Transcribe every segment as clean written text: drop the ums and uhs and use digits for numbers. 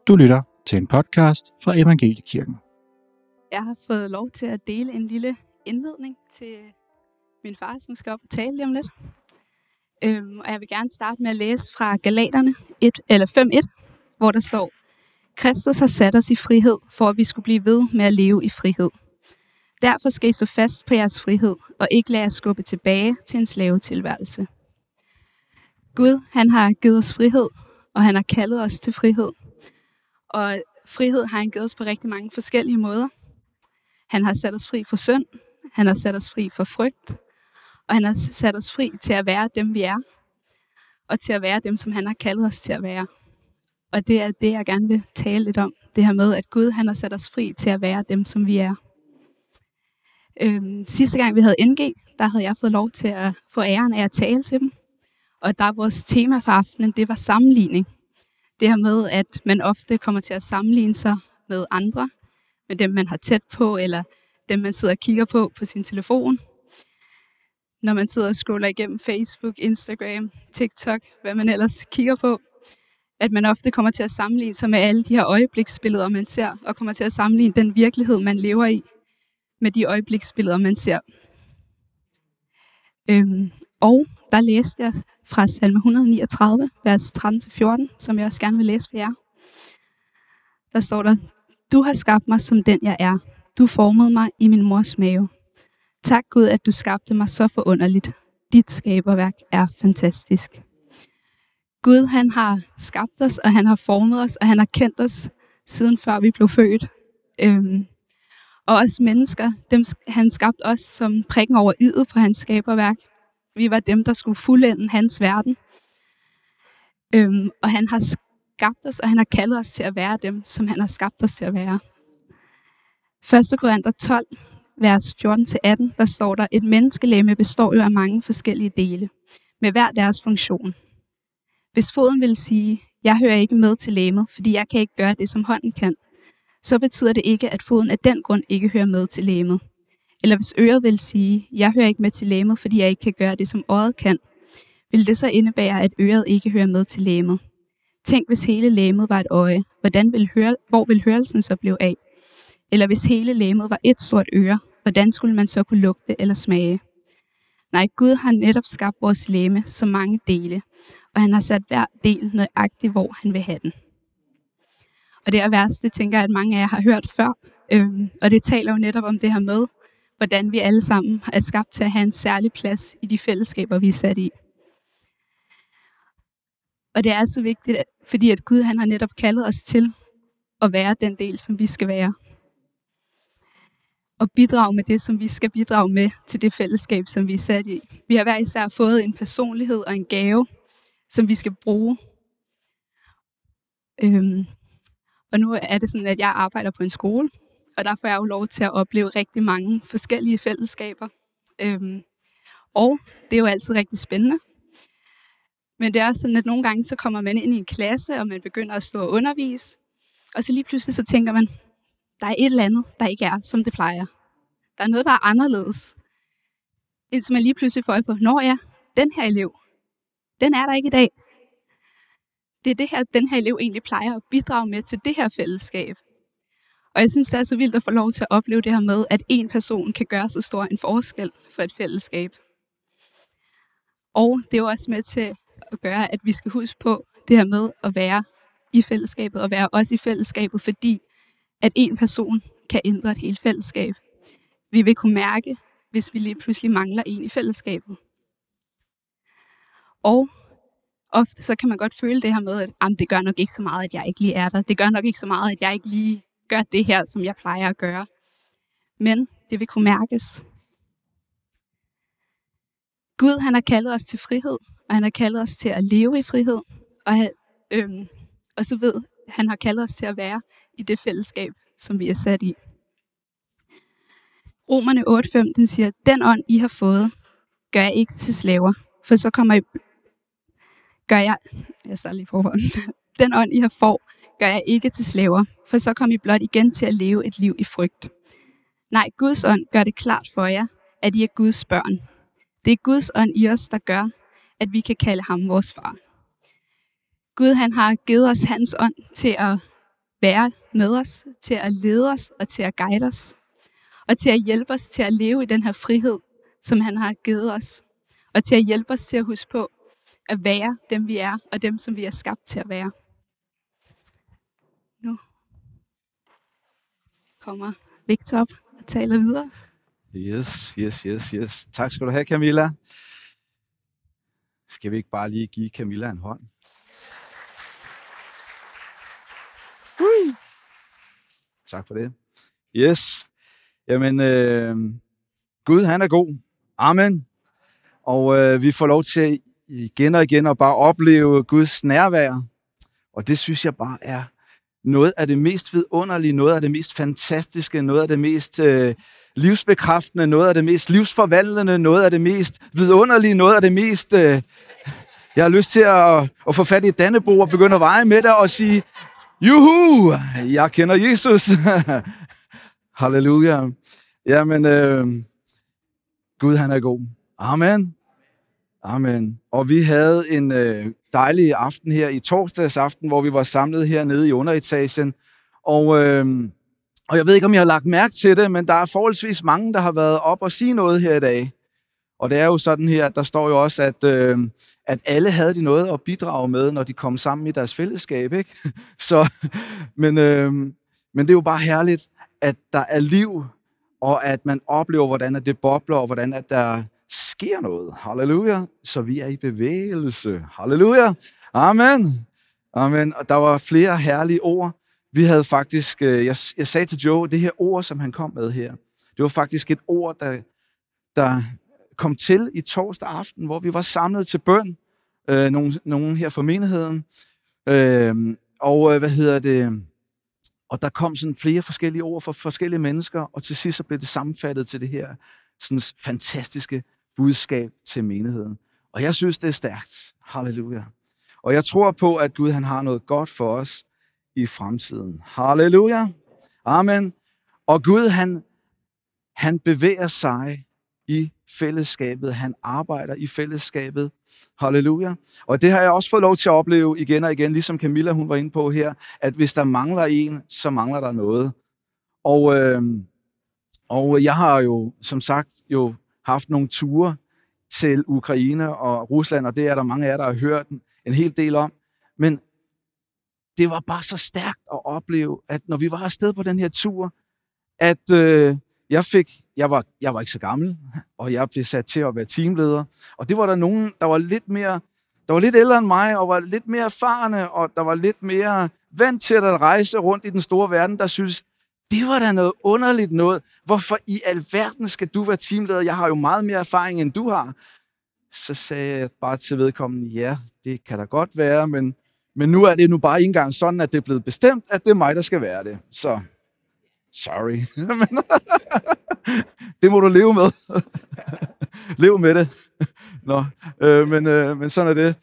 Du lytter til en podcast fra Evangeliekirken. Jeg har fået lov til at dele en lille indledning til min far, som skal op og tale lige om lidt. Og jeg vil gerne starte med at læse fra Galaterne 5:1, hvor der står: Kristus har sat os i frihed, for at vi skulle blive ved med at leve i frihed. Derfor skal I stå fast på jeres frihed, og ikke lade jer skubbe tilbage til en slavetilværelse. Gud, han har givet os frihed, og han har kaldet os til frihed. Og frihed har han givet os på rigtig mange forskellige måder. Han har sat os fri fra synd, han har sat os fri fra frygt, og han har sat os fri til at være dem, vi er, og til at være dem, som han har kaldet os til at være. Og det er det, jeg gerne vil tale lidt om. Det her med, at Gud han har sat os fri til at være dem, som vi er. Sidste gang vi havde NG, der havde jeg fået lov til at få æren af at tale til dem. Og der vores tema for aftenen, det var sammenligning. Det her med, at man ofte kommer til at sammenligne sig med andre, med dem, man har tæt på, eller dem, man sidder og kigger på sin telefon. Når man sidder og scroller igennem Facebook, Instagram, TikTok, hvad man ellers kigger på. At man ofte kommer til at sammenligne sig med alle de her øjebliksbilleder, man ser, og kommer til at sammenligne den virkelighed, man lever i, med de øjebliksbilleder, man ser. Og der læste jeg fra salme 139, vers 13-14, som jeg også gerne vil læse for jer. Der står der: Du har skabt mig som den jeg er. Du formede mig i min mors mave. Tak Gud, at du skabte mig så forunderligt. Dit skaberværk er fantastisk. Gud, han har skabt os, og han har formet os, og han har kendt os, siden før vi blev født. Og os mennesker, han skabte os som prikken over i'et på hans skaberværk. Vi var dem, der skulle fuldende hans verden. Og han har skabt os, og han har kaldet os til at være dem, som han har skabt os til at være. 1. Korinther 12, vers 14-18, der står der: Et menneskelegeme består jo af mange forskellige dele, med hver deres funktion. Hvis foden vil sige, jeg hører ikke med til legemet, fordi jeg kan ikke gøre det, som hånden kan, så betyder det ikke, at foden af den grund ikke hører med til legemet. Eller hvis øret vil sige, jeg hører ikke med til legemet, fordi jeg ikke kan gøre det, som øjet kan, vil det så indebære, at øret ikke hører med til legemet. Tænk, hvis hele legemet var et øje, hvor vil hørelsen så blive af? Eller hvis hele legemet var et stort øre, hvordan skulle man så kunne lugte eller smage? Nej, Gud har netop skabt vores legeme som mange dele, og han har sat hver del nøjagtigt, hvor han vil have den. Og det er værst, det tænker jeg, at mange af jer har hørt før, og det taler jo netop om det her med, hvordan vi alle sammen er skabt til at have en særlig plads i de fællesskaber, vi er sat i. Og det er så vigtigt, fordi at Gud han har netop kaldet os til at være den del, som vi skal være. Og bidrage med det, som vi skal bidrage med til det fællesskab, som vi er sat i. Vi har hver især fået en personlighed og en gave, som vi skal bruge. Og nu er det sådan, at jeg arbejder på en skole, og der får jeg jo lov til at opleve rigtig mange forskellige fællesskaber. Og det er jo altid rigtig spændende. Men det er også sådan, at nogle gange så kommer man ind i en klasse, og man begynder at stå og undervise. Og så lige pludselig så tænker man, der er et eller andet, der ikke er, som det plejer. Der er noget, der er anderledes. Indtil man lige pludselig får øje på, når ja, den her elev, den er der ikke i dag. Det er det her, den her elev egentlig plejer at bidrage med til det her fællesskab. Og jeg synes, det er så vildt at få lov til at opleve det her med, at en person kan gøre så stor en forskel for et fællesskab. Og det er jo også med til at gøre, at vi skal huske på det her med at være i fællesskabet, og være også i fællesskabet, fordi at en person kan ændre et helt fællesskab. Vi vil kunne mærke, hvis vi lige pludselig mangler en i fællesskabet. Og ofte så kan man godt føle det her med, at det gør nok ikke så meget, at jeg ikke lige er der. Det gør nok ikke så meget, at jeg ikke lige gør det her, som jeg plejer at gøre. Men det vil kunne mærkes. Gud han har kaldet os til frihed, og han har kaldet os til at leve i frihed. Og så ved han har kaldet os til at være i det fællesskab, som vi er sat i. Romerne 8:5, den siger, den ånd I har fået, gør jeg ikke til slaver, for så kommer I... Den ånd I har fået, gør jeg ikke til slaver, for så kommer I blot igen til at leve et liv i frygt. Nej, Guds ånd gør det klart for jer, at I er Guds børn. Det er Guds ånd i os, der gør, at vi kan kalde ham vores far. Gud han har givet os hans ånd til at være med os, til at lede os og til at guide os. Og til at hjælpe os til at leve i den her frihed, som han har givet os. Og til at hjælpe os til at huske på at være dem, vi er, og dem, som vi er skabt til at være. Nu kommer Victor op og taler videre. Yes. Tak skal du have, Camilla. Skal vi ikke bare lige give Camilla en hånd? Tak for det. Yes. Jamen, Gud han er god. Amen. Og vi får lov til igen og igen at bare opleve Guds nærvær. Og det synes jeg bare er noget af det mest vidunderlige, noget af det mest fantastiske, noget af det mest livsbekræftende, noget af det mest livsforvandlende, noget af det mest vidunderlige, noget af det mest... Jeg har lyst til at få fat i et Dannebrog og begynde at veje med det og sige, juhu, jeg kender Jesus. Halleluja. Jamen, Gud han er god. Amen. Amen. Og vi havde en dejlig aften her i torsdagsaften, hvor vi var samlet hernede i underetagen. Og jeg ved ikke, om jeg har lagt mærke til det, men der er forholdsvis mange, der har været op og sige noget her i dag. Og det er jo sådan her, der står jo også, at alle havde de noget at bidrage med, når de kom sammen i deres fællesskab, ikke? Så, men det er jo bare herligt, at der er liv, og at man oplever, hvordan det bobler, og hvordan at der sker noget. Halleluja. Så vi er i bevægelse. Halleluja. Amen. Amen. Og der var flere herlige ord. Vi havde faktisk, jeg sagde til Joe, det her ord, som han kom med her, det var faktisk et ord, der kom til i torsdag aften, hvor vi var samlet til bøn. Nogen her fra menigheden. Og der kom sådan flere forskellige ord fra forskellige mennesker, og til sidst så blev det sammenfattet til det her sådan fantastiske budskab til menigheden. Og jeg synes, det er stærkt. Halleluja. Og jeg tror på, at Gud han har noget godt for os i fremtiden. Halleluja. Amen. Og Gud han bevæger sig i fællesskabet. Han arbejder i fællesskabet. Halleluja. Og det har jeg også fået lov til at opleve igen og igen, ligesom Camilla hun var inde på her, at hvis der mangler en, så mangler der noget. Og jeg har jo, som sagt, haft nogle ture til Ukraine og Rusland, og det er der mange af jer, der har hørt en hel del om. Men det var bare så stærkt at opleve, at når vi var afsted på den her tur, at jeg var ikke så gammel, og jeg blev sat til at være teamleder. Og det var der nogen, der var lidt ældre end mig, og var lidt mere erfarne, og der var lidt mere vant til at rejse rundt i den store verden, der synes, det var da noget underligt noget. Hvorfor i alverden skal du være teamleder? Jeg har jo meget mere erfaring, end du har. Så sagde jeg bare til vedkommende, ja, det kan da godt være, men nu er det nu bare ikke engang sådan, at det er blevet bestemt, at det er mig, der skal være det. Så, sorry. Det må du leve med. Lev med det. Nå, men sådan er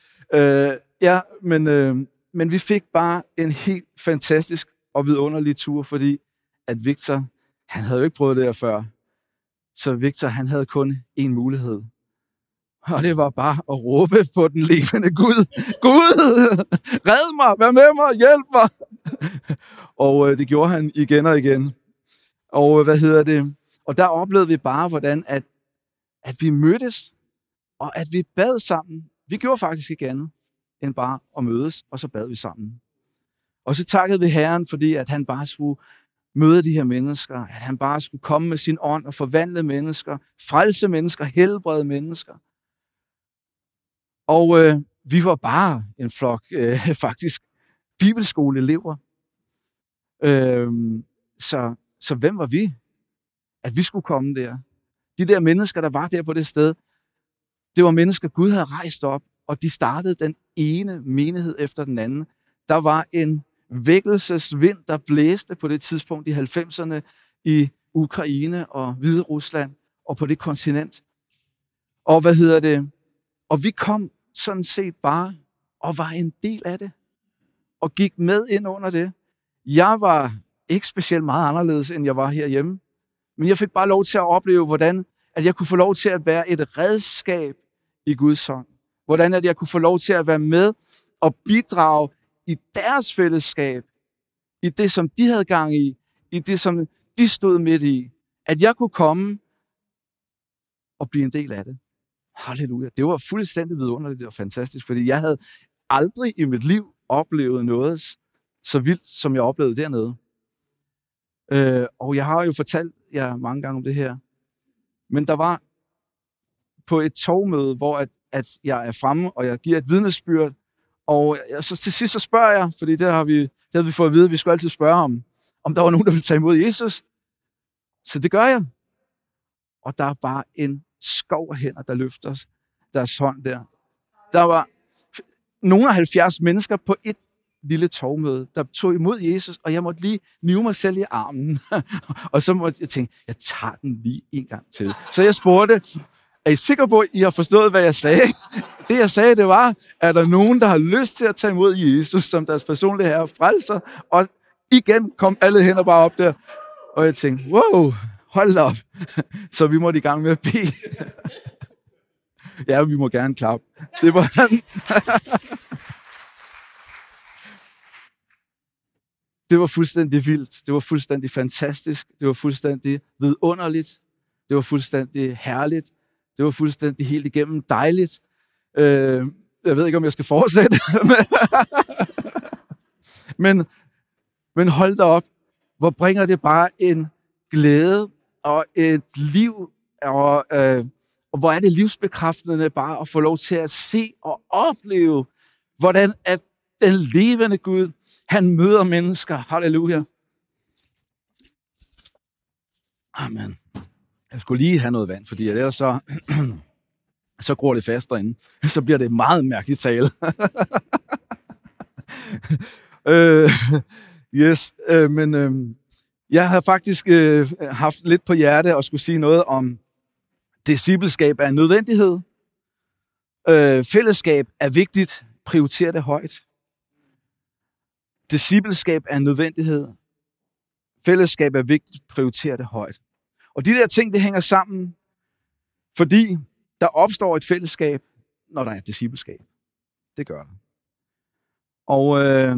det. Men vi fik bare en helt fantastisk og vidunderlig tur, fordi at Victor, han havde jo ikke prøvet det her før. Så Victor, han havde kun én mulighed. Og det var bare at råbe på den levende Gud. Gud, red mig, vær med mig, hjælp mig. Og det gjorde han igen og igen. Og Og der oplevede vi bare, hvordan at vi mødtes, og at vi bad sammen. Vi gjorde faktisk ikke andet end bare at mødes, og så bad vi sammen. Og så takkede vi Herren, fordi at han bare skulle møde de her mennesker, at han bare skulle komme med sin ånd og forvandle mennesker, frelse mennesker, helbrede mennesker. Og vi var bare en flok faktisk bibelskoleelever. Så hvem var vi, at vi skulle komme der? De der mennesker, der var der på det sted, det var mennesker, Gud havde rejst op, og de startede den ene menighed efter den anden. Der var en vækkelsesvind, der blæste på det tidspunkt i 90'erne i Ukraine og Hvide Rusland og på det kontinent. Og Og vi kom sådan set bare og var en del af det og gik med ind under det. Jeg var ikke specielt meget anderledes, end jeg var herhjemme, men jeg fik bare lov til at opleve, hvordan at jeg kunne få lov til at være et redskab i Guds hånd. Hvordan at jeg kunne få lov til at være med og bidrage i deres fællesskab i det, som de havde gang i det, som de stod midt i, at jeg kunne komme og blive en del af det. Halleluja. Det var fuldstændig vidunderligt, det var fantastisk, fordi jeg havde aldrig i mit liv oplevet noget så vildt, som jeg oplevede dernede. Og jeg har jo fortalt jer mange gange om det her. Men der var på et togmøde, hvor at jeg er fremme, og jeg giver et vidnesbyrd, og så til sidst så spørger jeg, fordi det havde vi fået at vide, at vi skulle altid spørge om der var nogen, der ville tage imod Jesus. Så det gør jeg. Og der er bare en skov af hænder, der løfter deres hånd der. Der var nogle af 70 mennesker på et lille togmøde, der tog imod Jesus, og jeg måtte lige nive mig selv i armen. Og så måtte jeg tænke, jeg tager den lige en gang til. Så jeg spurgte, er I sikre på, at I har forstået, hvad jeg sagde? Det jeg sagde, det var, er der nogen, der har lyst til at tage imod Jesus som deres personlige herre og frelser? Og igen kom alle hænder bare op der. Og jeg tænkte, wow, hold op. Så vi måtte i gang med at bede. Ja, vi må gerne klappe. Det var Det var fuldstændig vildt. Det var fuldstændig fantastisk. Det var fuldstændig vidunderligt. Det var fuldstændig herligt. Det var fuldstændig helt igennem dejligt. Jeg ved ikke, om jeg skal fortsætte. Men hold da op. Hvor bringer det bare en glæde og et liv. Og hvor er det livsbekræftende bare at få lov til at se og opleve, hvordan at den levende Gud, han møder mennesker. Halleluja. Amen. Jeg skulle lige have noget vand, fordi ellers så gror det fast derinde. Så bliver det meget mærkeligt tale. Men jeg har faktisk haft lidt på hjerte at skulle sige noget om discipleskab er en nødvendighed. Fællesskab er vigtigt. Prioriter det højt. Discipleskab er en nødvendighed. Fællesskab er vigtigt. Prioriter det højt. Og de der ting, det hænger sammen, fordi der opstår et fællesskab, når der er et discipleskab. Det gør der. Og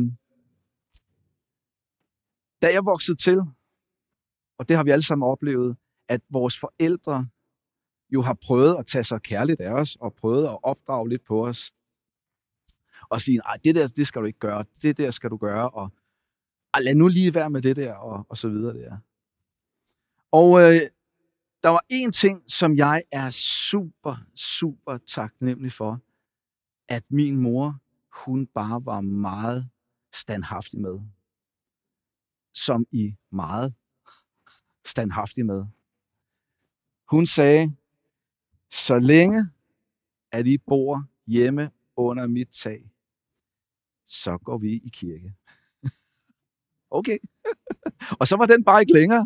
da jeg voksede til, og det har vi alle sammen oplevet, at vores forældre jo har prøvet at tage sig kærligt af os, og prøvet at opdrage lidt på os, og sige, nej, det der, det skal du ikke gøre, det der skal du gøre, og lad nu lige være med det der, og så videre der. Og der var en ting, som jeg er super, super taknemmelig for, at min mor, hun bare var meget standhaftig med. Som i meget standhaftig med. Hun sagde, så længe at I bor hjemme under mit tag, så går vi i kirke. Okay. Og så var den bare ikke længere.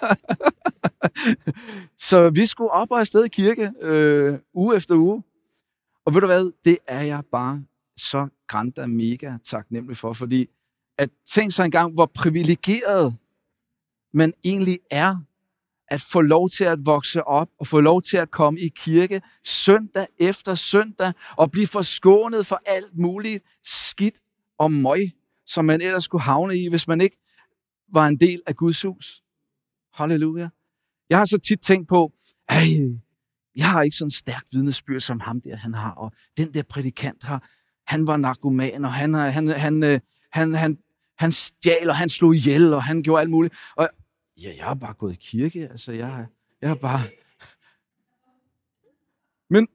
Så vi skulle op og afsted i kirke uge efter uge. Og ved du hvad, det er jeg bare så granda mega taknemmelig for, fordi at tænke sig engang, hvor privilegeret man egentlig er, at få lov til at vokse op, og få lov til at komme i kirke søndag efter søndag, og blive forskånet for alt muligt skidt og møg, som man ellers skulle havne i, hvis man ikke var en del af Guds hus. Halleluja. Jeg har så tit tænkt på, jeg har ikke sådan en stærkt vidnesbyrd, som ham der, han har, og den der prædikant har, han var narkoman, og han stjal, og han slog ihjel, og han gjorde alt muligt. Og ja, jeg har bare gået i kirke, altså jeg har bare... Men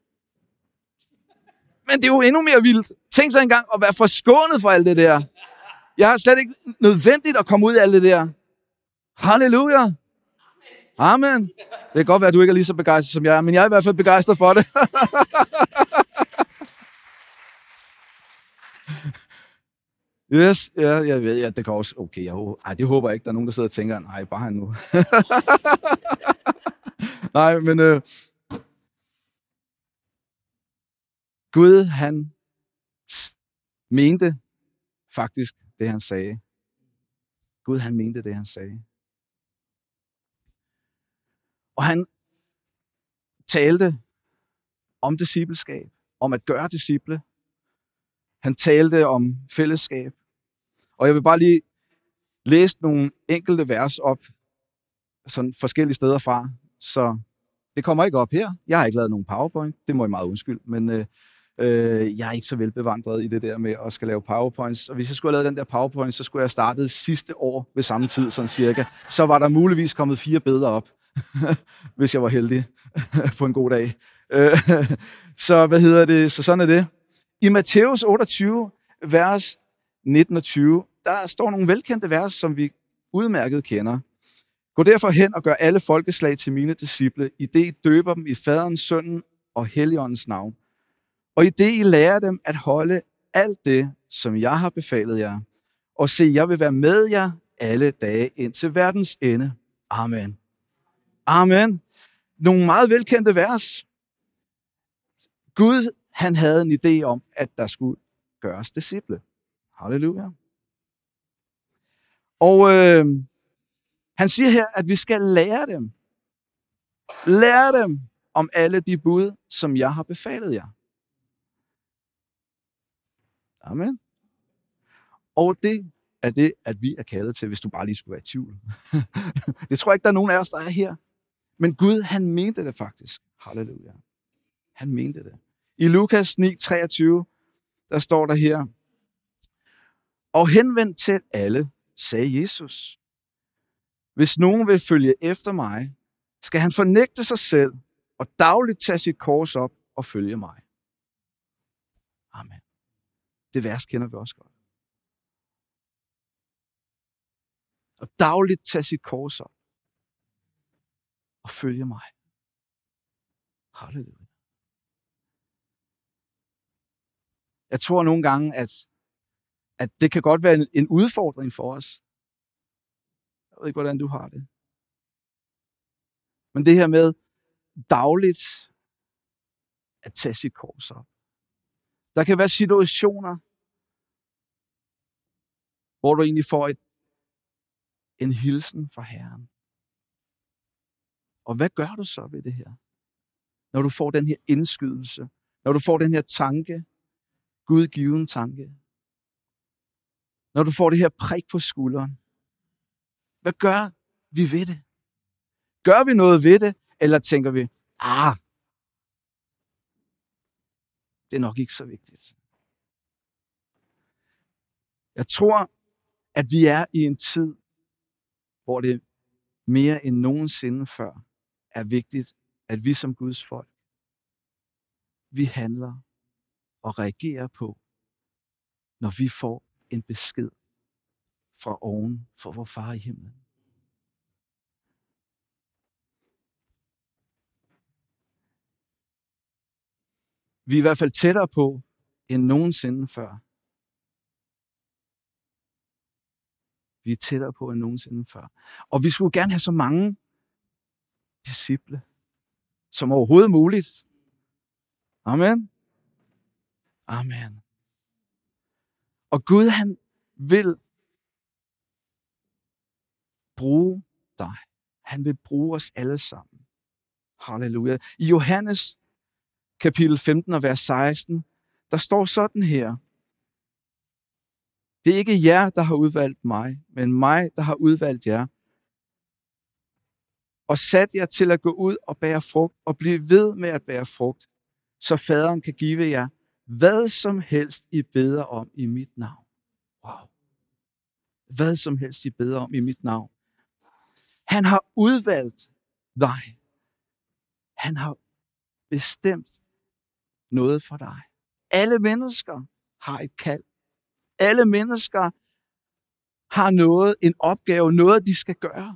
det er jo endnu mere vildt. Tænk sig engang at være forskånet for alt det der. Jeg har slet ikke nødvendigt at komme ud af alt det der. Halleluja. Amen. Det kan godt være, at du ikke er lige så begejstret som jeg er, men jeg er i hvert fald begejstret for det. Yes, ja, jeg ved, ja, det kan også, okay, det håber jeg ikke, der er nogen, der sidder og tænker, nej, bare han nu. Nej, men Gud, han mente faktisk det, han sagde. Gud, han mente det, han sagde. Og han talte om discipleskab, om at gøre disciple. Han talte om fællesskab. Og jeg vil bare lige læst nogle enkelte vers op, sådan forskellige steder fra, så det kommer ikke op her. Jeg har ikke lavet nogen PowerPoint, det må I meget undskylde, men jeg er ikke så velbevandret i det der med at skal lave PowerPoints. Og hvis jeg skulle have lavet den der PowerPoint, så skulle jeg have startet sidste år ved samme tid, sådan cirka. Så var der muligvis kommet 4 billeder op, hvis jeg var heldig på en god dag. Så sådan er det. I Matthæus 28, vers 19 og 20, der står nogle velkendte vers, som vi udmærket kender. Gå derfor hen og gør alle folkeslag til mine disciple, i det I døber dem i Faderens, Sønnen og Helligåndens navn. Og i det I lærer dem at holde alt det, som jeg har befalet jer. Og se, jeg vil være med jer alle dage indtil verdens ende. Amen. Amen. Nogle meget velkendte vers. Gud, han havde en idé om, at der skulle gøres disciple. Halleluja. Og han siger her, at vi skal lære dem. Lære dem om alle de bud, som jeg har befalet jer. Amen. Og det er det, at vi er kaldet til, hvis du bare lige skulle være i tvivl. Det tror jeg ikke, der er nogen af os, der er her. Men Gud, han mente det faktisk. Halleluja. Han mente det. I Lukas 9:23, der står der her, og henvend til alle, sagde Jesus. Hvis nogen vil følge efter mig, skal han fornægte sig selv og dagligt tage sit kors op og følge mig. Amen. Det vers kender vi også godt. Og dagligt tage sit kors op og følge mig. Halleluja. Jeg tror nogle gange, at det kan godt være en udfordring for os. Jeg ved ikke, hvordan du har det. Men det her med dagligt at tage sit kors op. Der kan være situationer, hvor du egentlig får en hilsen fra Herren. Og hvad gør du så ved det her? Når du får den her indskydelse, når du får den her tanke, Gud-given tanke, når du får det her prik på skulderen, hvad gør vi ved det? Gør vi noget ved det, eller tænker vi, det er nok ikke så vigtigt. Jeg tror, at vi er i en tid, hvor det mere end nogensinde før er vigtigt, at vi som Guds folk, vi handler og reagerer på, når vi får en besked fra oven for vor far i himlen. Vi er i hvert fald tættere på end nogensinde før. Vi er tættere på end nogensinde før. Og vi skulle gerne have så mange disciple som overhovedet muligt. Amen. Amen. Og Gud, han vil bruge dig. Han vil bruge os alle sammen. Halleluja. I Johannes kapitel 15 og vers 16, der står sådan her. Det er ikke jer, der har udvalgt mig, men mig, der har udvalgt jer. Og sat jer til at gå ud og bære frugt, og blive ved med at bære frugt, så faderen kan give jer hvad som helst I beder om i mit navn. Wow. Hvad som helst I beder om i mit navn. Han har udvalgt dig. Han har bestemt noget for dig. Alle mennesker har et kald. Alle mennesker har noget, en opgave, noget de skal gøre.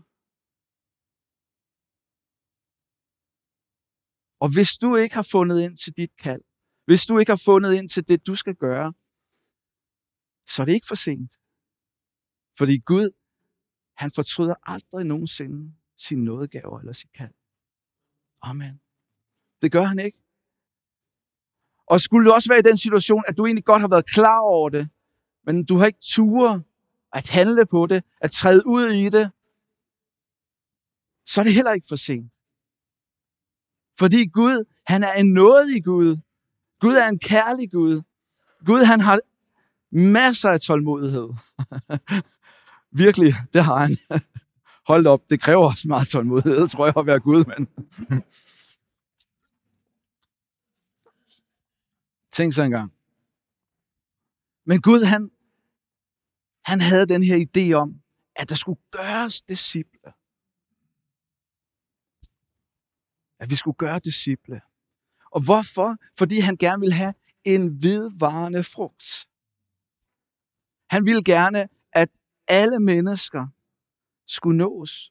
Og hvis du ikke har fundet ind til dit kald, hvis du ikke har fundet ind til det, du skal gøre, så er det ikke for sent. Fordi Gud, han fortryder aldrig nogensinde sine nådegaver eller sit kald. Amen. Det gør han ikke. Og skulle du også være i den situation, at du egentlig godt har været klar over det, men du har ikke turet at handle på det, at træde ud i det, så er det heller ikke for sent. Fordi Gud, han er en nådig Gud. Gud er en kærlig Gud. Gud, han har masser af tålmodighed. Virkelig, det har han. Hold op, det kræver også meget tålmodighed, tror jeg, at være Gud, men... Tænk så engang. Men Gud, han havde den her idé om, at der skulle gøres disciple. At vi skulle gøre disciple. Og hvorfor? Fordi han gerne ville have en vedvarende frugt. Han ville gerne, at alle mennesker skulle nås.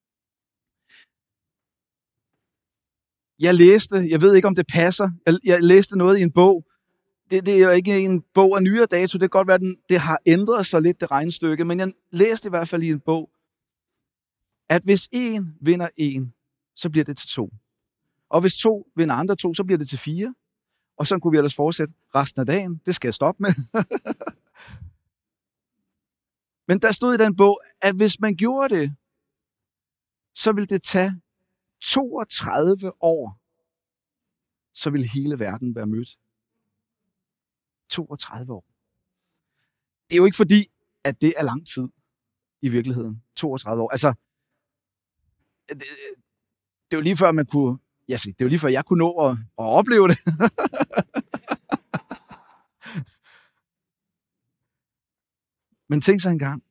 Jeg ved ikke, om det passer, jeg læste noget i en bog. Det er jo ikke en bog af nyere dato, det kan godt være, at det har ændret sig lidt, det regnestykke, men jeg læste i hvert fald i en bog, at hvis en vinder en, så bliver det til 2. Og hvis 2 vinder andre 2, så bliver det til 4. Og så kunne vi ellers fortsætte resten af dagen. Det skal jeg stoppe med. Men der stod i den bog, at hvis man gjorde det, så ville det tage 32 år, så ville hele verden være mødt. 32 år. Det er jo ikke fordi, at det er lang tid i virkeligheden. 32 år. Altså, det er jo lige før man kunne, det er jo lige før jeg kunne nå at opleve det. Men tænk så engang.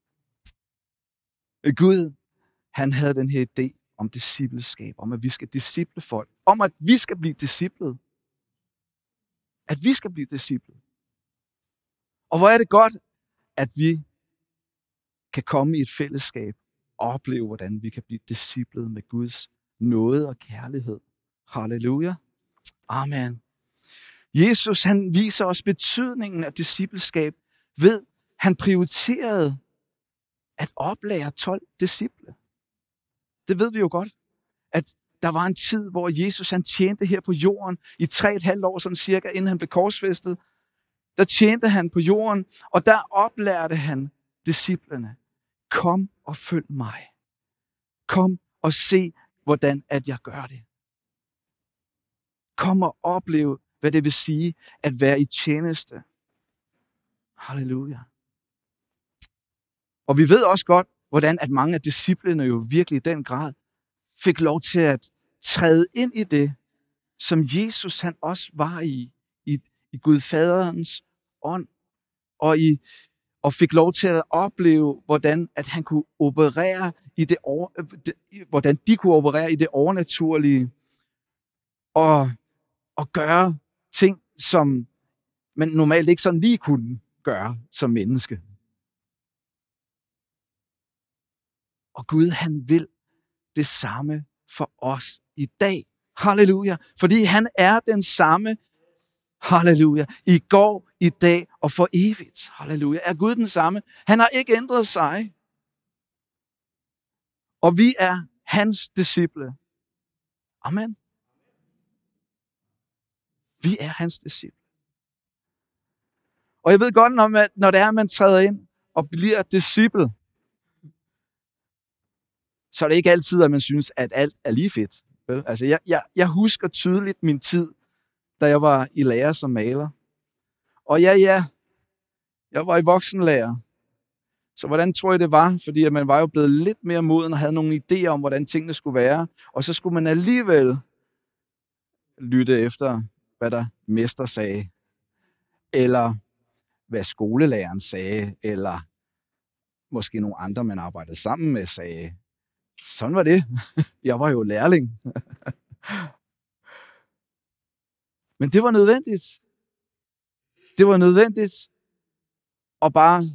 Gud, han havde den her idé om discipleskab, om at vi skal disciple folk, om at vi skal blive disciplet. At vi skal blive disciplet. Og hvor er det godt, at vi kan komme i et fællesskab og opleve, hvordan vi kan blive disciplet med Guds nåde og kærlighed. Halleluja. Amen. Jesus, han viser os betydningen af discipleskab ved, han prioriterede at oplære 12 disciple. Det ved vi jo godt, at der var en tid, hvor Jesus han tjente her på jorden i 3,5 år, sådan cirka, inden han blev korsfæstet. Der tjente han på jorden, og der oplærte han disciplene. Kom og følg mig. Kom og se, hvordan at jeg gør det. Kom og opleve, hvad det vil sige at være i tjeneste. Halleluja. Og vi ved også godt, hvordan at mange af disciplene jo virkelig i den grad fik lov til at træde ind i det, som Jesus han også var i Gud Faderens ånd, og fik lov til at opleve, hvordan at han kunne operere i hvordan de kunne operere i det overnaturlige, og gøre ting, som man normalt ikke sådan lige kunne gøre som menneske. Og Gud, han vil det samme for os i dag. Halleluja. Fordi han er den samme. Halleluja. I går, i dag og for evigt. Halleluja. Er Gud den samme? Han har ikke ændret sig. Og vi er hans disciple. Amen. Vi er hans disciple. Og jeg ved godt, når det er, at man træder ind og bliver disciple, så er det ikke altid, at man synes, at alt er lige fedt. Altså, jeg husker tydeligt min tid, da jeg var i lære som maler. Og jeg var i voksenlærer. Så hvordan tror jeg, det var? Fordi at man var jo blevet lidt mere moden og havde nogle idéer om, hvordan tingene skulle være. Og så skulle man alligevel lytte efter, hvad der mester sagde. Eller hvad skolelæreren sagde. Eller måske nogle andre, man arbejdede sammen med, sagde. Sådan var det. Jeg var jo lærling. Men det var nødvendigt. Det var nødvendigt at bare,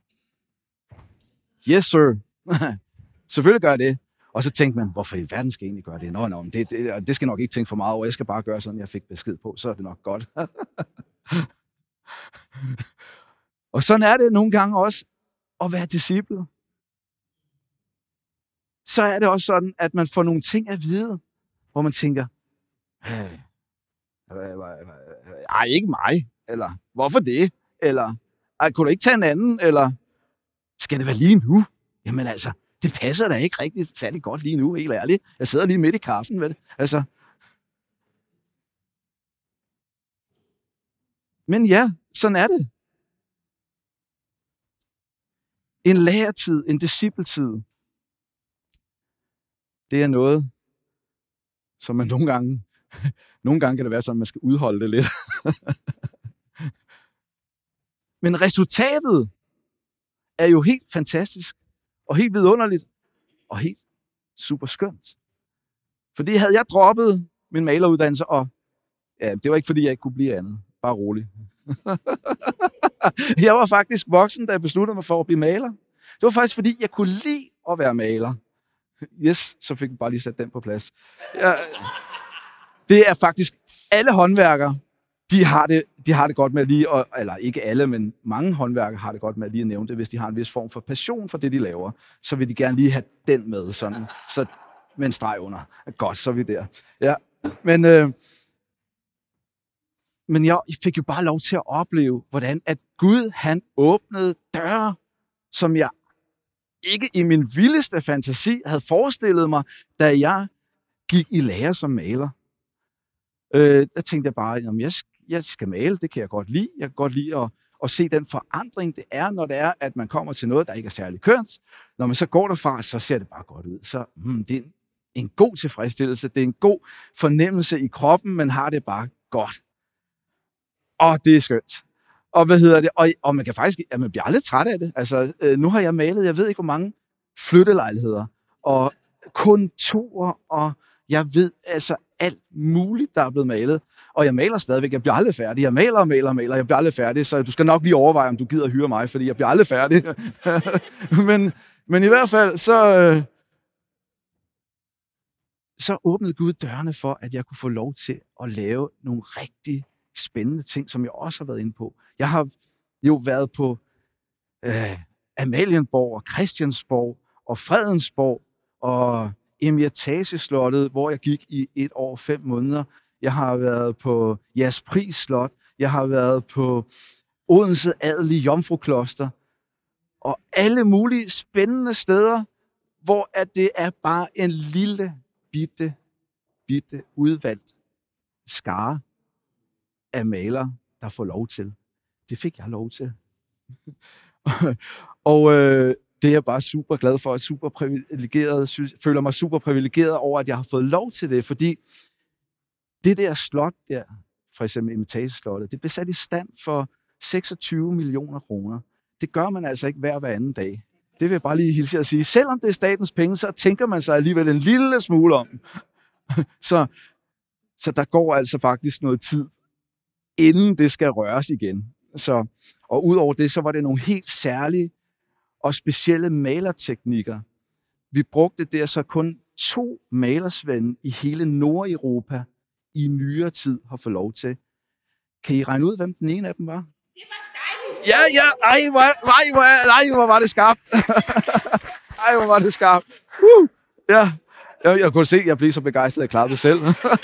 yes sir, selvfølgelig gør jeg det. Og så tænkte man, hvorfor i verden skal jeg egentlig gøre det? Nå, det skal jeg nok ikke tænke for meget over. Jeg skal bare gøre sådan, jeg fik besked på, så er det nok godt. Og sådan er det nogle gange også at være disciple. Så er det også sådan, at man får nogle ting at vide, hvor man tænker, ej, ikke mig, eller hvorfor det, eller kunne du ikke tage en anden, eller skal det være lige nu? Jamen altså, det passer da ikke rigtig særlig godt lige nu, helt ærligt. Jeg sidder lige midt i kaffen, vel? Altså. Men ja, sådan er det. En læretid, en discipletid, det er noget, som man nogle gange kan det være sådan, at man skal udholde det lidt. Men resultatet er jo helt fantastisk, og helt vidunderligt, og helt super skønt. Fordi havde jeg droppet min maleruddannelse, og ja, det var ikke fordi, jeg ikke kunne blive andet. Bare rolig. Jeg var faktisk voksen, da jeg besluttede mig for at blive maler. Det var faktisk fordi, jeg kunne lide at være maler. Yes, så fik vi bare lige sat den på plads. Ja, det er faktisk alle håndværkere, de har det godt med lige, eller ikke alle, men mange håndværkere har det godt med lige at nævne det, hvis de har en vis form for passion for det, de laver. Så vil de gerne lige have den med, sådan, så med en streg under. Godt, så er vi der. Ja, men jeg fik jo bare lov til at opleve, hvordan at Gud, han åbnede døre, som jeg ikke i min vildeste fantasi havde forestillet mig, da jeg gik i lære som maler. Der tænkte jeg bare, at jeg skal male, det kan jeg godt lide. Jeg kan godt lide at se den forandring, det er, når det er, at man kommer til noget, der ikke er særlig kønt. Når man så går derfra, så ser det bare godt ud. Så det er en god tilfredsstillelse, det er en god fornemmelse i kroppen, man har det bare godt. Og det er skønt. Og og man kan faktisk, man bliver aldrig træt af det. Altså, nu har jeg malet, jeg ved ikke hvor mange flyttelejligheder, og kontorer, og jeg ved altså alt muligt, der er blevet malet. Og jeg maler stadigvæk, jeg bliver aldrig færdig. Jeg maler og maler og maler, jeg bliver aldrig færdig, så du skal nok lige overveje, om du gider hyre mig, fordi jeg bliver aldrig færdig. men i hvert fald, så åbnede Gud dørene for, at jeg kunne få lov til at lave nogle rigtig spændende ting, som jeg også har været inde på. Jeg har jo været på Amalienborg og Christiansborg og Fredensborg og Emirateslottet, hvor jeg gik i 1 år og 5 måneder. Jeg har været på Jaspris Slot. Jeg har været på Odense Adelige Jomfrukloster. Og alle mulige spændende steder, hvor at det er bare en lille, bitte udvalgt skare af malere, der får lov til. Det fik jeg lov til. Og det er jeg bare super glad for, og super privilegeret, føler mig super privilegeret over, at jeg har fået lov til det, fordi det der slot der, for eksempel Emirateslottet, det blev sat i stand for 26 millioner kroner. Det gør man altså ikke hver anden dag. Det vil jeg bare lige hilse at sige. Selvom det er statens penge, så tænker man sig alligevel en lille smule om. Så der går altså faktisk noget tid, inden det skal røres igen. Og udover det, så var det nogle helt særlige og specielle malerteknikker. Vi brugte der så kun 2 malersvende i hele Nordeuropa i nyere tid har fået lov til. Kan I regne ud, hvem den ene af dem var? Det var dejligt! Ja, ej, hvor var det skarpt. Ej, hvor var det skarpt. Ja, jeg kunne se, at jeg blev så begejstret, at jeg klarede det selv.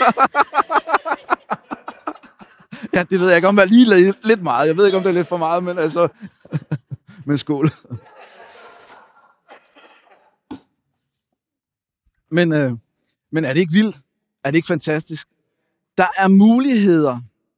Ja, det ved jeg ikke, om jeg lige lidt meget. Jeg ved ikke, om det er lidt for meget, men altså... men skål. Men er det ikke vildt? Er det ikke fantastisk? Der er muligheder.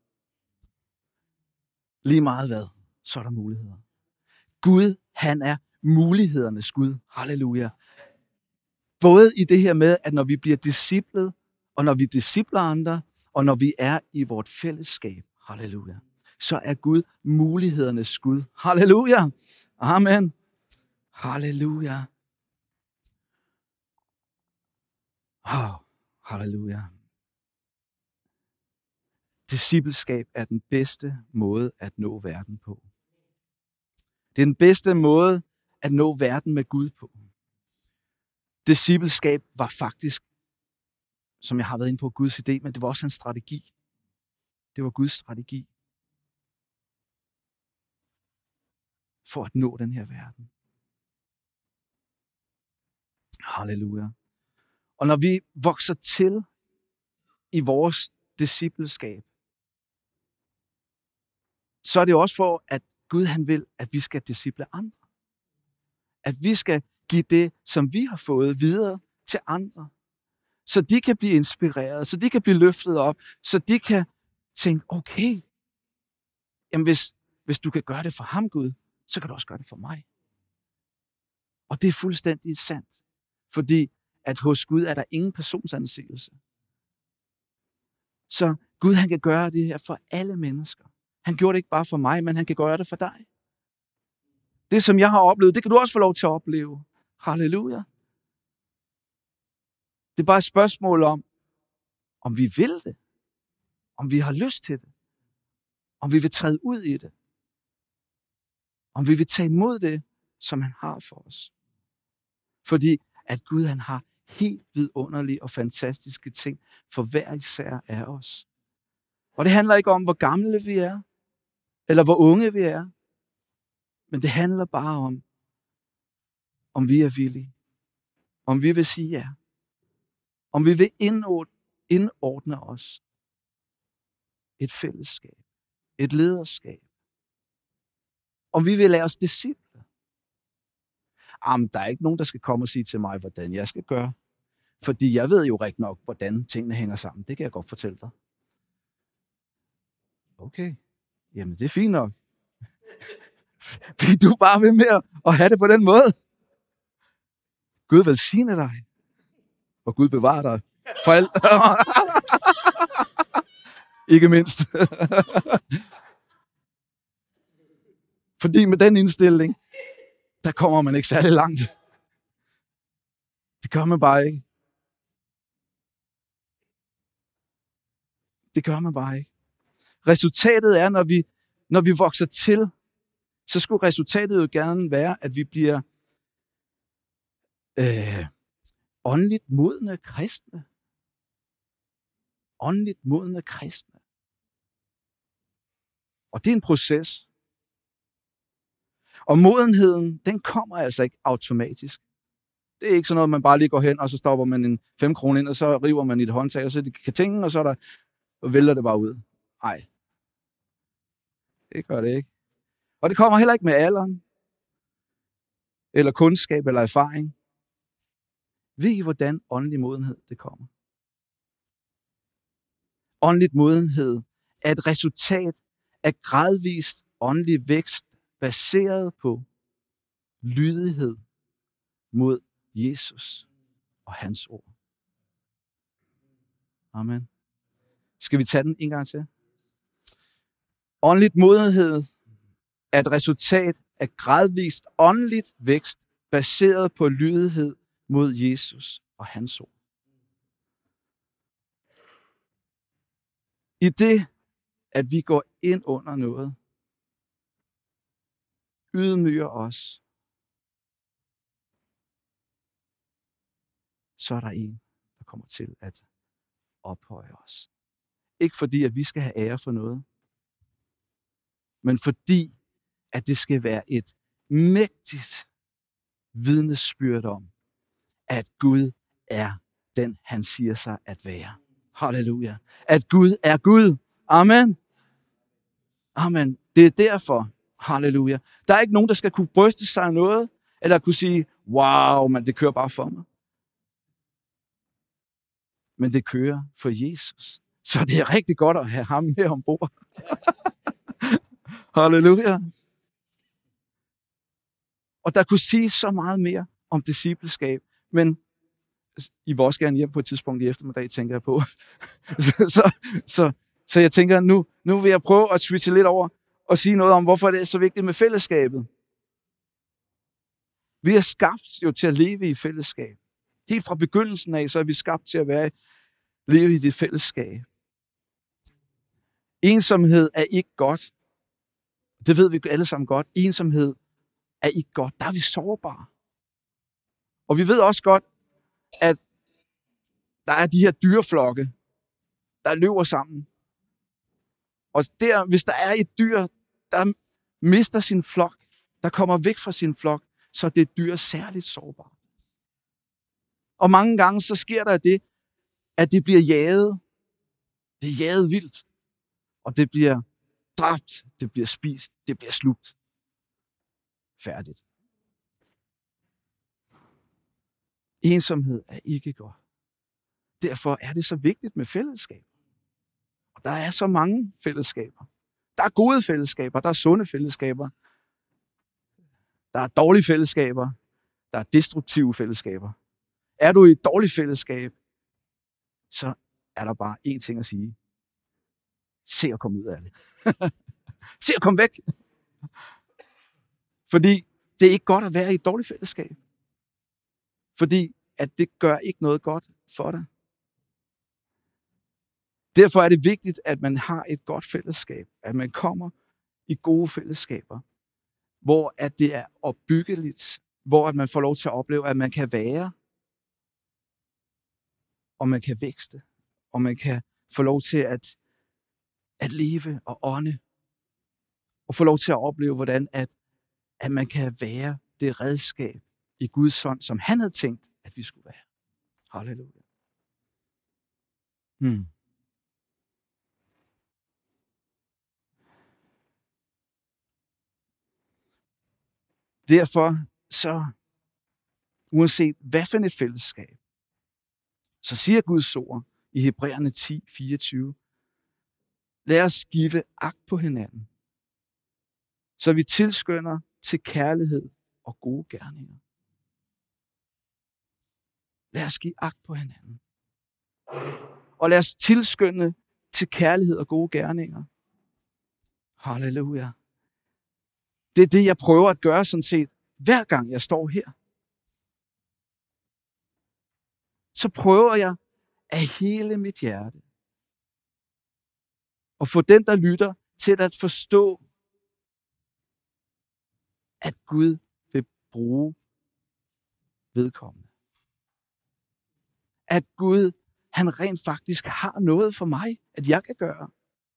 Lige meget hvad, så er der muligheder. Gud, han er mulighedernes Gud. Halleluja. Både i det her med, at når vi bliver disciplet, og når vi discipler andre, og når vi er i vort fællesskab, halleluja, så er Gud mulighedernes Gud. Halleluja. Amen. Halleluja. Halleluja. Discipleskab er den bedste måde at nå verden på. Det er den bedste måde at nå verden med Gud på. Discipleskab var faktisk, som jeg har været inde på, Guds idé, men det var også hans strategi. Det var Guds strategi for at nå den her verden. Halleluja. Og når vi vokser til i vores discipleskab, så er det også for, at Gud han vil, at vi skal disciple andre. At vi skal give det, som vi har fået, videre til andre. Så de kan blive inspireret, så de kan blive løftet op, så de kan tænke, okay, jamen hvis du kan gøre det for ham, Gud, så kan du også gøre det for mig. Og det er fuldstændig sandt. Fordi at hos Gud er der ingen personsanseelse. Så Gud, han kan gøre det her for alle mennesker. Han gjorde det ikke bare for mig, men han kan gøre det for dig. Det, som jeg har oplevet, det kan du også få lov til at opleve. Halleluja. Det er bare et spørgsmål om vi vil det. Om vi har lyst til det. Om vi vil træde ud i det. Om vi vil tage imod det, som han har for os. Fordi at Gud, han har helt vidunderlige og fantastiske ting for hver især af os. Og det handler ikke om, hvor gamle vi er, eller hvor unge vi er. Men det handler bare om vi er villige. Om vi vil sige ja. Om vi vil indordne os. Et fællesskab. Et lederskab. Om vi vil lade os disciple. Jamen, der er ikke nogen, der skal komme og sige til mig, hvordan jeg skal gøre. Fordi jeg ved jo rigtig nok, hvordan tingene hænger sammen. Det kan jeg godt fortælle dig. Okay. Jamen, det er fint nok. Fordi du bare vil med at have det på den måde. Gud velsigne dig. Og Gud bevarer dig. For alt. Ikke mindst. Fordi med den indstilling, der kommer man ikke særlig langt. Det gør man bare ikke. Det gør man bare ikke. Resultatet er, når vi vokser til, så skulle resultatet jo gerne være, at vi bliver åndeligt modne kristne. Åndeligt modne kristne. Og det er en proces. Og modenheden, den kommer altså ikke automatisk. Det er ikke sådan noget, man bare lige går hen, og så stopper man en 5 kroner ind, og så river man i et håndtag, og så kan tænke, og så vælter det bare ud. Nej. Det gør det ikke. Og det kommer heller ikke med alderen, eller kundskab, eller erfaring. Ved I, hvordan åndelig modenhed det kommer? Åndelig modenhed er et resultat af gradvist åndelig vækst, baseret på lydighed mod Jesus og hans ord. Amen. Skal vi tage den en gang til? Åndelig modenhed er et resultat af gradvist åndeligt vækst, baseret på lydighed mod Jesus og hans ord. I det, at vi går ind under noget, ydmyger os, så er der en, der kommer til at ophøje os. Ikke fordi, at vi skal have ære for noget, men fordi, at det skal være et mægtigt vidnesbyrd om, at Gud er den, han siger sig at være. Halleluja. At Gud er Gud. Amen. Amen. Det er derfor. Halleluja. Der er ikke nogen, der skal kunne bryste sig af noget, eller kunne sige, wow, men det kører bare for mig. Men det kører for Jesus. Så det er rigtig godt at have ham med ombord. Halleluja. Og der kunne sige så meget mere om discipleskab, men I vil også gerne hjem på et tidspunkt i eftermiddag, tænker jeg på. så jeg tænker, nu vil jeg prøve at switche lidt over og sige noget om, hvorfor det er så vigtigt med fællesskabet. Vi er skabt jo til at leve i fællesskab. Helt fra begyndelsen af, så er vi skabt til at leve i det fællesskab. Ensomhed er ikke godt. Det ved vi alle sammen godt. Ensomhed er ikke godt. Der er vi sårbare. Og vi ved også godt, at der er de her dyreflokke, der løber sammen. Og hvis der er et dyr, der mister sin flok, der kommer væk fra sin flok, så er det dyr særligt sårbart. Og mange gange så sker der det, at det bliver jaget. Det er jaget vildt. Og det bliver dræbt, det bliver spist, det bliver slugt. Færdigt. Ensomhed er ikke godt. Derfor er det så vigtigt med fællesskab. Og der er så mange fællesskaber. Der er gode fællesskaber, der er sunde fællesskaber. Der er dårlige fællesskaber. der er destruktive fællesskaber. Er du i et dårligt fællesskab, så er der bare én ting at sige. Se at komme ud af det. Se at komme væk. Fordi det er ikke godt at være i et dårligt fællesskab. Fordi at det gør ikke noget godt for dig. Derfor er det vigtigt, at man har et godt fællesskab. At man kommer i gode fællesskaber. Hvor at det er opbyggeligt. Hvor at man får lov til at opleve, at man kan være. Og man kan vækste. Og man kan få lov til at leve og ånde. Og få lov til at opleve, hvordan at man kan være det redskab i Guds hånd, som han havde tænkt, at vi skulle være. Halleluja. Derfor så, uanset hvad for et fællesskab, så siger Guds ord i Hebræerne 10:24, lad os give agt på hinanden, så vi tilskynder til kærlighed og gode gerninger. Lad os give agt på hinanden. Og lad os tilskynde til kærlighed og gode gerninger. Halleluja. Det er det, jeg prøver at gøre sådan set, hver gang jeg står her. Så prøver jeg af hele mit hjerte at få den, der lytter, til at forstå, at Gud vil bruge vedkommende. At Gud, han rent faktisk har noget for mig, at jeg kan gøre.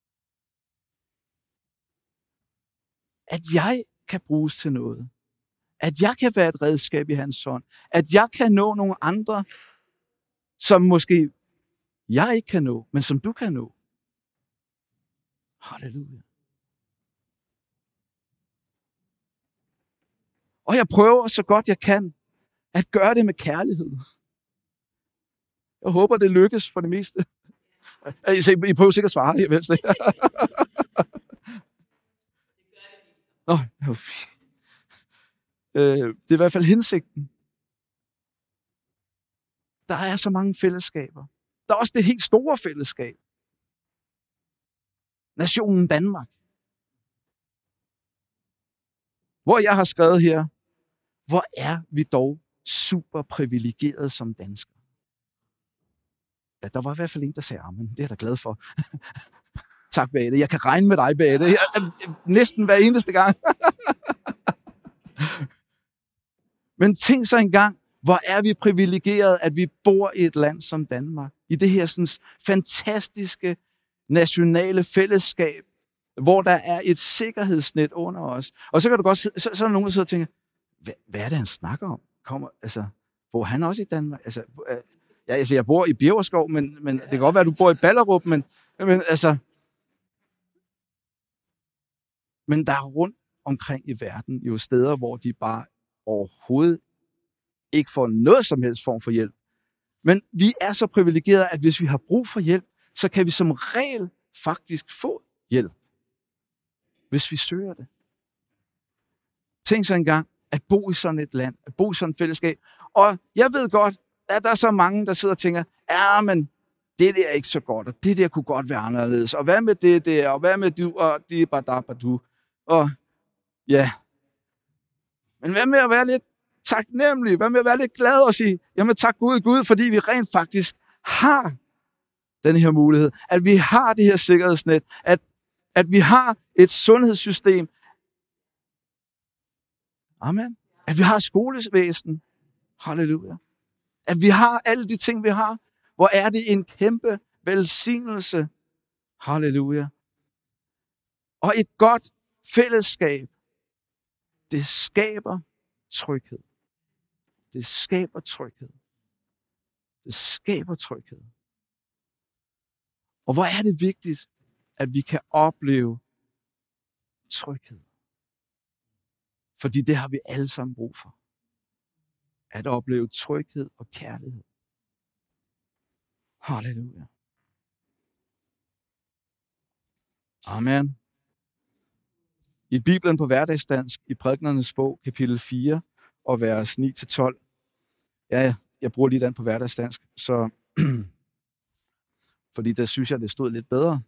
At jeg kan bruges til noget. At jeg kan være et redskab i hans hånd. At jeg kan nå nogle andre, som måske jeg ikke kan nå, men som du kan nå. Halleluja. Og jeg prøver så godt jeg kan at gøre det med kærlighed. Jeg håber, det lykkes for det meste. I prøver sikkert at svare her, vel? Det er i hvert fald hensigten. Der er så mange fællesskaber. Der er også det helt store fællesskab. Nationen Danmark. Hvor jeg har skrevet her, hvor er vi dog super privilegerede som danskere. Ja, der var i hvert fald en, der sagde amen. Det er jeg da glad for. Tak, Beate. Jeg kan regne med dig, Beate. Næsten hver eneste gang. Men tænk så engang, hvor er vi privilegerede, at vi bor i et land som Danmark. I det her sådan, fantastiske nationale fællesskab, hvor der er et sikkerhedsnet under os. Og så kan du godt så er der nogen, der sidder og tænker, hvad er det, han snakker om? Bor han også i Danmark? Jeg bor i Bjæverskov, men det kan godt være, at du bor i Ballerup, men der er rundt omkring i verden jo steder, hvor de bare overhovedet ikke får noget som helst form for hjælp. Men vi er så privilegerede, at hvis vi har brug for hjælp, så kan vi som regel faktisk få hjælp, hvis vi søger det. Tænk så engang at bo i sådan et land, at bo i sådan et fællesskab. Og jeg ved godt, at der er så mange, der sidder og tænker, ja, men det der er ikke så godt, og det der kunne godt være anderledes. Og hvad med det der, og hvad med du, og de badabadu. Og ja. Men hvad med at være lidt taknemmelig? Hvad med at være lidt glad og sige, jamen tak Gud, fordi vi rent faktisk har den her mulighed. At vi har det her sikkerhedsnet. At vi har et sundhedssystem. Amen. At vi har skolevæsen. Halleluja. At vi har alle de ting, vi har. Hvor er det en kæmpe velsignelse. Halleluja. Og et godt fællesskab, det skaber tryghed. Det skaber tryghed. Det skaber tryghed. Og hvor er det vigtigt, at vi kan opleve tryghed. Fordi det har vi alle sammen brug for. At opleve tryghed og kærlighed. Halleluja. Amen. I Bibelen på hverdagsdansk, i Prædikenernes bog, kapitel 4 og vers 9-12. Ja, jeg bruger lige den på hverdagsdansk, så fordi der synes jeg, det stod lidt bedre.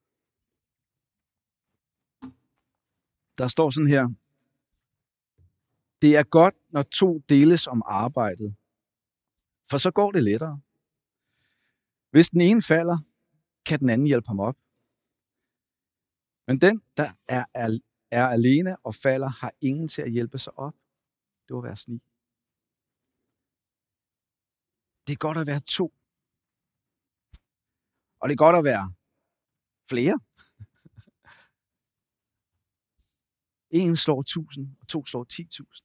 Der står sådan her: Det er godt, når to deles om arbejdet, for så går det lettere. Hvis den ene falder, kan den anden hjælpe ham op. Men den, der er alene og falder, har ingen til at hjælpe sig op. Det var vers 9. Det er godt at være to. Og det er godt at være flere. En slår 1000, og to slår 10.000.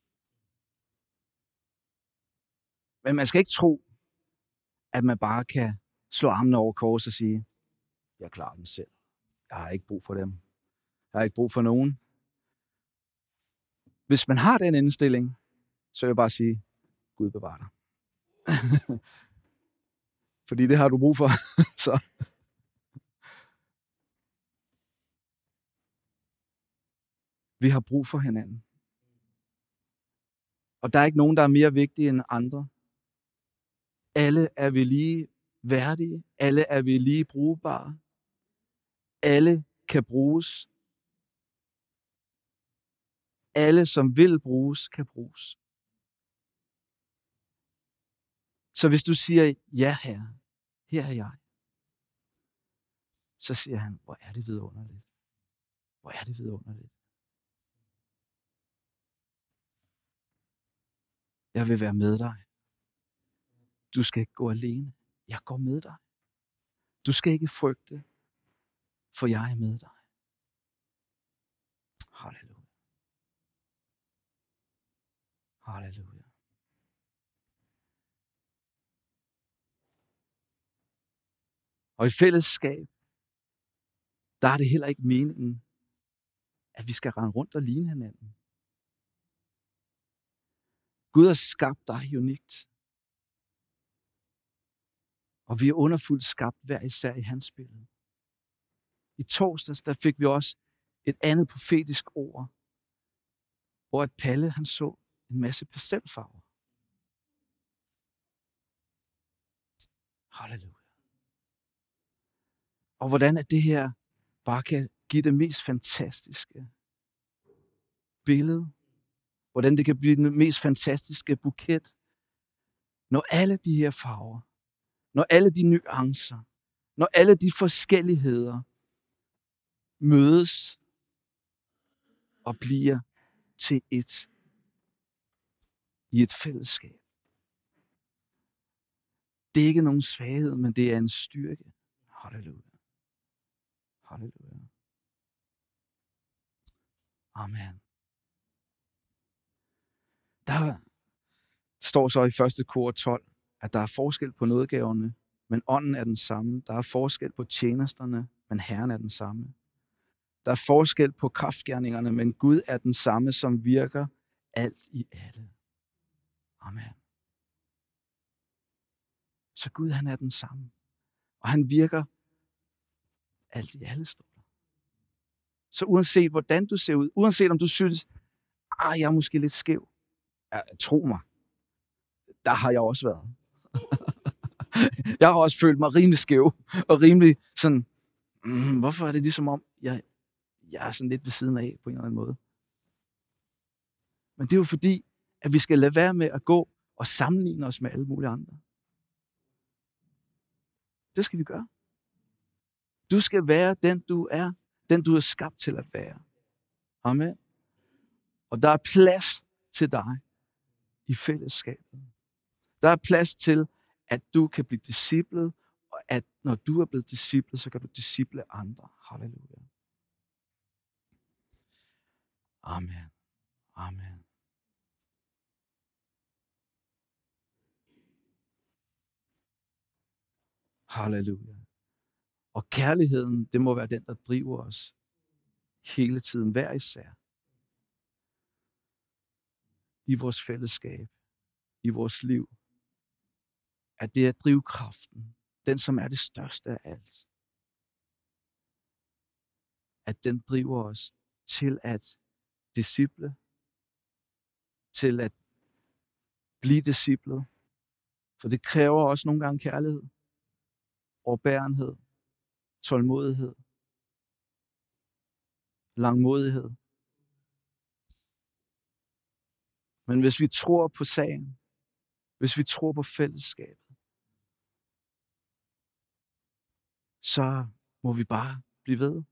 Men man skal ikke tro, at man bare kan slå armene over kors og sige, jeg klarer den selv. Jeg har ikke brug for dem. Jeg har ikke brug for nogen. Hvis man har den indstilling, så vil jeg bare sige, Gud bevarer dig. Fordi det har du brug for. Så. Vi har brug for hinanden. Og der er ikke nogen, der er mere vigtige end andre. Alle er vi lige værdige. Alle er vi lige brugbare. Alle kan bruges. Alle, som vil bruges, kan bruges. Så hvis du siger, ja herre, her er jeg, så siger han, hvor er det vidunderligt. Hvor er det vidunderligt. Jeg vil være med dig. Du skal ikke gå alene. Jeg går med dig. Du skal ikke frygte, for jeg er med dig. Halleluja. Halleluja. Og i fællesskab, der er det heller ikke meningen, at vi skal rende rundt og ligne hinanden. Gud har skabt dig unikt. Og vi er underfuldt skabt hver især i hans billede. I torsdags, der fik vi også et andet profetisk ord, hvor at Palle, han så en masse pastelfarver. Halleluja. Og hvordan at det her bare kan give det mest fantastiske billede. Hvordan det kan blive den mest fantastiske buket. Når alle de her farver, når alle de nuancer, når alle de forskelligheder mødes og bliver til et i et fællesskab. Det er ikke nogen svaghed, men det er en styrke. Halleluja. Halleluja. Amen. Der står så i 1. Kor 12, at der er forskel på nådegaverne, men ånden er den samme. Der er forskel på tjenesterne, men Herren er den samme. Der er forskel på kraftgerningerne, men Gud er den samme, som virker alt i alle. Amen. Så Gud, han er den samme. Og han virker alt i alle, står der. Så uanset hvordan du ser ud, uanset om du synes, jeg er måske lidt skæv. Ja, tro mig, der har jeg også været. Jeg har også følt mig rimelig skæv, og rimelig sådan, hvorfor er det ligesom om, jeg er sådan lidt ved siden af på en eller anden måde. Men det er jo fordi, at vi skal lade være med at gå og sammenligne os med alle mulige andre. Det skal vi gøre. Du skal være den du er, den du er skabt til at være. Amen. Og der er plads til dig i fællesskabet. Der er plads til, at du kan blive disciplet, og at når du er blevet disciplet, så kan du disciple andre. Halleluja. Amen. Amen. Halleluja. Og kærligheden, det må være den, der driver os hele tiden, hver især. I vores fællesskab, i vores liv. At det er drivkraften, den som er det største af alt. At den driver os til at disciple, til at Bliv disciplet. For det kræver også nogle gange kærlighed, overbærenhed, tålmodighed, langmodighed. Men hvis vi tror på sagen, hvis vi tror på fællesskabet, så må vi bare blive ved.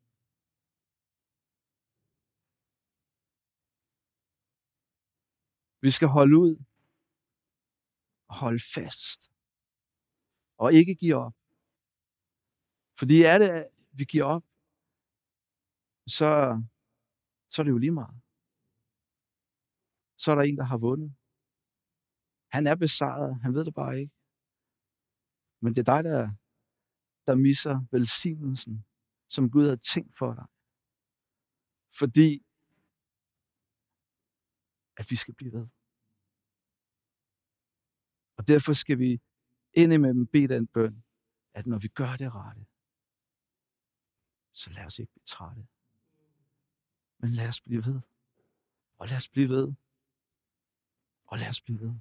Vi skal holde ud og holde fast og ikke give op. Fordi er det, at vi giver op, så er det jo lige meget. Så er der en, der har vundet. Han er besejret, han ved det bare ikke. Men det er dig, der misser velsignelsen, som Gud havde tænkt for dig. Fordi at vi skal blive ved. Og derfor skal vi indimellem bede den bøn, at når vi gør det rette, så lad os ikke blive trætte. Men lad os blive ved. Og lad os blive ved. Og lad os blive ved.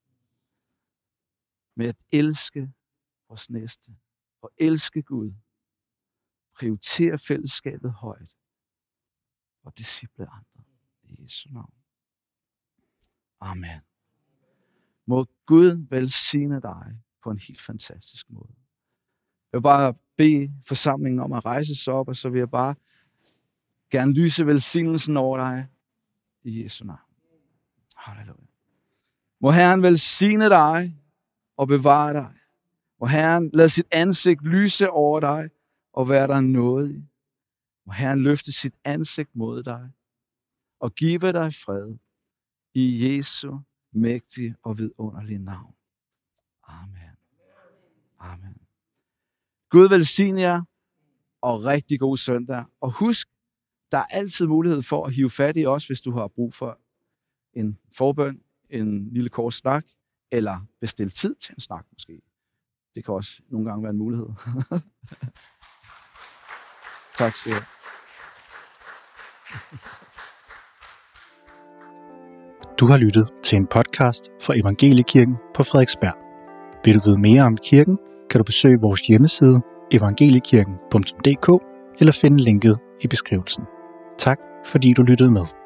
Med at elske vores næste. Og elske Gud. Prioritere fællesskabet højt. Og disciple andre. I Jesu navn. Amen. Må Gud velsigne dig på en helt fantastisk måde. Jeg vil bare bede forsamlingen om at rejse sig op, og så vil jeg bare gerne lyse velsignelsen over dig i Jesu navn. Halleluja. Må Herren velsigne dig og bevare dig. Må Herren lade sit ansigt lyse over dig og være der nådig. Må Herren løfte sit ansigt mod dig og give dig fred i Jesu mægtige og vidunderlige navn. Amen. Amen. Gud velsigne jer, og rigtig god søndag. Og husk, der er altid mulighed for at hive fat i os, hvis du har brug for en forbøn, en lille kort snak, eller bestil tid til en snak måske. Det kan også nogle gange være en mulighed. Tak skal du have. Du har lyttet til en podcast fra Evangeliekirken på Frederiksberg. Vil du vide mere om kirken, kan du besøge vores hjemmeside evangeliekirken.dk eller finde linket i beskrivelsen. Tak fordi du lyttede med.